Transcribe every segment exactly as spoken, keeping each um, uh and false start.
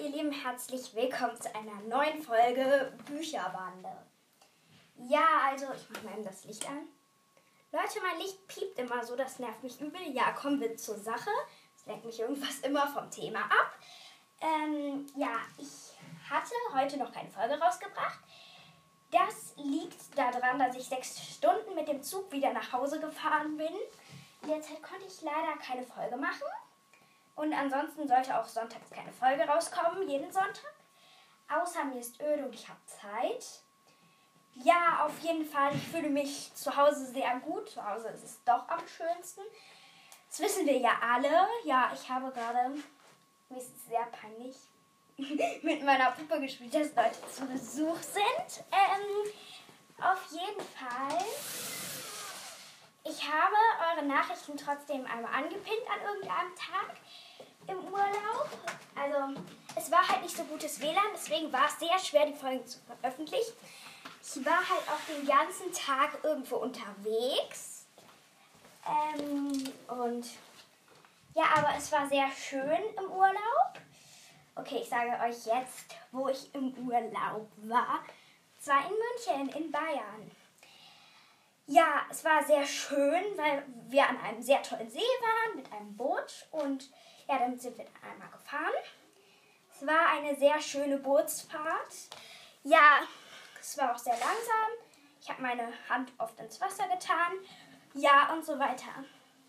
ihr Lieben, herzlich willkommen zu einer neuen Folge Bücherbande. Ja, also ich mache mal eben das Licht an. Leute, mein Licht piept immer so, das nervt mich übel. Ja, kommen wir zur Sache. Das lenkt mich irgendwas immer vom Thema ab. Ähm, ja, ich hatte heute noch keine Folge rausgebracht. Das liegt daran, dass ich sechs Stunden mit dem Zug wieder nach Hause gefahren bin. In der Zeit konnte ich leider keine Folge machen. Und ansonsten sollte auch sonntags keine Folge rauskommen, jeden Sonntag. Außer mir ist öde und ich habe Zeit. Ja, auf jeden Fall, ich fühle mich zu Hause sehr gut. Zu Hause ist es doch am schönsten. Das wissen wir ja alle. Ja, ich habe gerade, mir ist es sehr peinlich, mit meiner Puppe gespielt, dass Leute zu Besuch sind. Ähm, auf jeden Fall, ich habe eure Nachrichten trotzdem einmal angepinnt an irgendeinem Tag im Urlaub. Also es war halt nicht so gutes W L A N, deswegen war es sehr schwer, die Folgen zu veröffentlichen. Ich war halt auch den ganzen Tag irgendwo unterwegs. Ähm, und ja, aber es war sehr schön im Urlaub. Okay, ich sage euch jetzt, wo ich im Urlaub war. Es war in München, in Bayern. Ja, es war sehr schön, weil wir an einem sehr tollen See waren mit einem Boot und ja, damit sind wir dann einmal gefahren. Es war eine sehr schöne Bootsfahrt. Ja, es war auch sehr langsam. Ich habe meine Hand oft ins Wasser getan. Ja, und so weiter.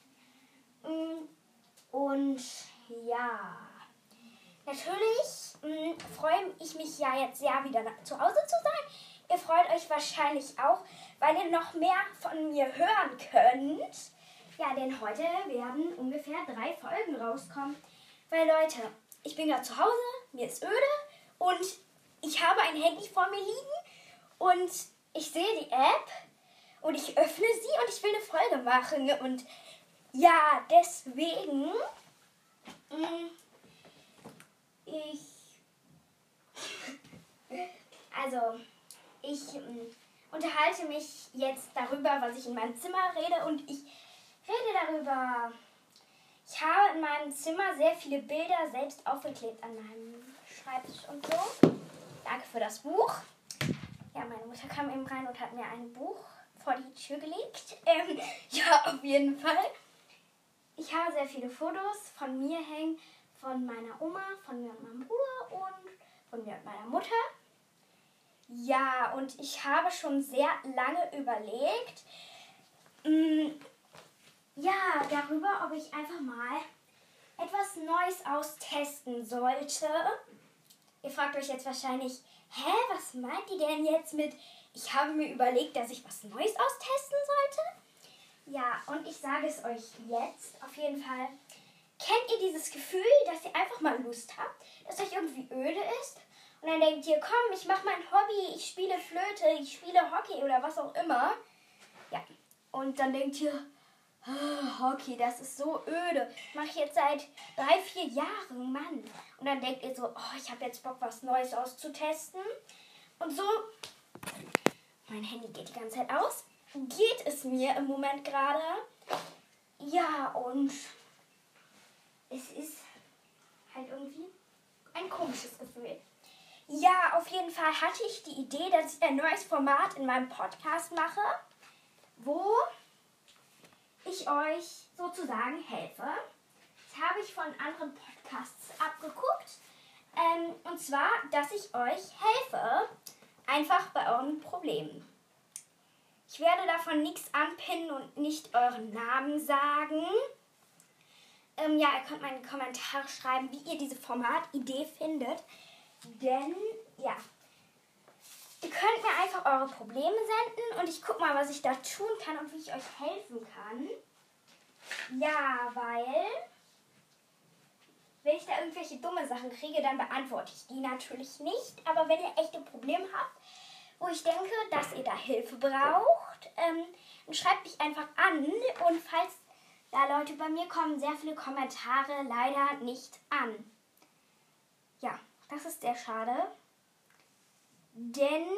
Und ja, natürlich mh, freue ich mich ja jetzt sehr wieder zu Hause zu sein. Ihr freut euch wahrscheinlich auch, weil ihr noch mehr von mir hören könnt. Ja, denn heute werden ungefähr drei Folgen rauskommen. Weil Leute, ich bin gerade zu Hause, mir ist öde und ich habe ein Handy vor mir liegen und ich sehe die App und ich öffne sie und ich will eine Folge machen. Und ja, deswegen, mh, ich, also, ich mh, unterhalte mich jetzt darüber, was ich in meinem Zimmer rede und ich rede darüber. Ich habe in meinem Zimmer sehr viele Bilder selbst aufgeklebt an meinem Schreibtisch und so. Danke für das Buch. Ja, meine Mutter kam eben rein und hat mir ein Buch vor die Tür gelegt. Ähm, ja, auf jeden Fall. Ich habe sehr viele Fotos von mir hängen, von meiner Oma, von mir und meinem Bruder und von mir und meiner Mutter. Ja, und ich habe schon sehr lange überlegt, mh, ja, darüber, ob ich einfach mal etwas Neues austesten sollte. Ihr fragt euch jetzt wahrscheinlich, hä, was meint die denn jetzt mit, ich habe mir überlegt, dass ich was Neues austesten sollte? Ja, und ich sage es euch jetzt auf jeden Fall. Kennt ihr dieses Gefühl, dass ihr einfach mal Lust habt, dass euch irgendwie öde ist? Und dann denkt ihr, komm, ich mache mein Hobby, ich spiele Flöte, ich spiele Hockey oder was auch immer. Ja, und dann denkt ihr, oh, Hockey, das ist so öde. Mache ich jetzt seit drei, vier Jahren, Mann. Und dann denkt ihr so, oh, ich habe jetzt Bock, was Neues auszutesten. Und so, mein Handy geht die ganze Zeit aus. Geht es mir im Moment gerade. Ja, und es ist halt irgendwie ein komisches Gefühl. Ja, auf jeden Fall hatte ich die Idee, dass ich ein neues Format in meinem Podcast mache, wo ich euch sozusagen helfe. Das habe ich von anderen Podcasts abgeguckt. Ähm, und zwar, dass ich euch helfe, einfach bei euren Problemen. Ich werde davon nichts anpinnen und nicht euren Namen sagen. Ähm, ja, ihr könnt mal in die Kommentare schreiben, wie ihr diese Formatidee findet. Denn, ja, ihr könnt mir einfach eure Probleme senden und ich gucke mal, was ich da tun kann und wie ich euch helfen kann. Ja, weil, wenn ich da irgendwelche dumme Sachen kriege, dann beantworte ich die natürlich nicht. Aber wenn ihr echte Probleme habt, wo ich denke, dass ihr da Hilfe braucht, ähm, dann schreibt mich einfach an. Und falls da Leute bei mir kommen, sehr viele Kommentare leider nicht an. Ja, das ist sehr schade. Denn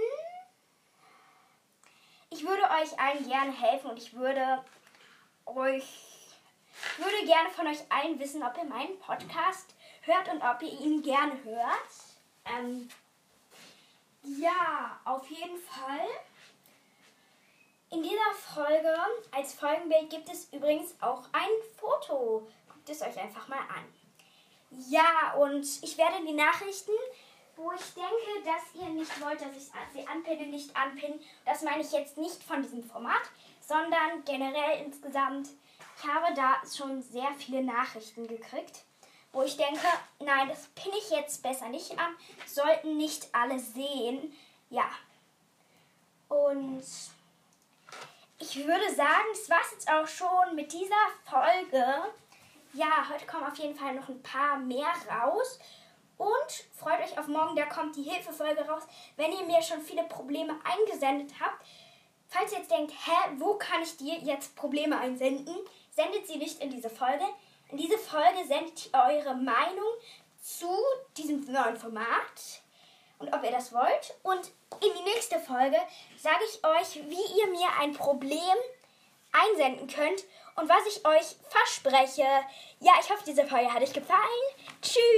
ich würde euch allen gerne helfen und ich würde euch würde gerne von euch allen wissen, ob ihr meinen Podcast hört und ob ihr ihn gerne hört. Ähm, ja, auf jeden Fall. In dieser Folge als Folgenbild gibt es übrigens auch ein Foto. Guckt es euch einfach mal an. Ja, und ich werde die Nachrichten, wo ich denke, dass ihr nicht wollt, dass ich sie anpinne, nicht anpinnen. Das meine ich jetzt nicht von diesem Format, sondern generell insgesamt. Ich habe da schon sehr viele Nachrichten gekriegt, wo ich denke, nein, das pinne ich jetzt besser nicht an. Sollten nicht alle sehen. Ja. Und ich würde sagen, das war es jetzt auch schon mit dieser Folge. Ja, heute kommen auf jeden Fall noch ein paar mehr raus. Und freut euch auf morgen, da kommt die Hilfefolge raus. Wenn ihr mir schon viele Probleme eingesendet habt, falls ihr jetzt denkt, hä, wo kann ich dir jetzt Probleme einsenden, sendet sie nicht in diese Folge. In diese Folge sendet ihr eure Meinung zu diesem neuen Format und ob ihr das wollt. Und in die nächste Folge sage ich euch, wie ihr mir ein Problem einsenden könnt und was ich euch verspreche. Ja, ich hoffe, diese Folge hat euch gefallen. Tschüss!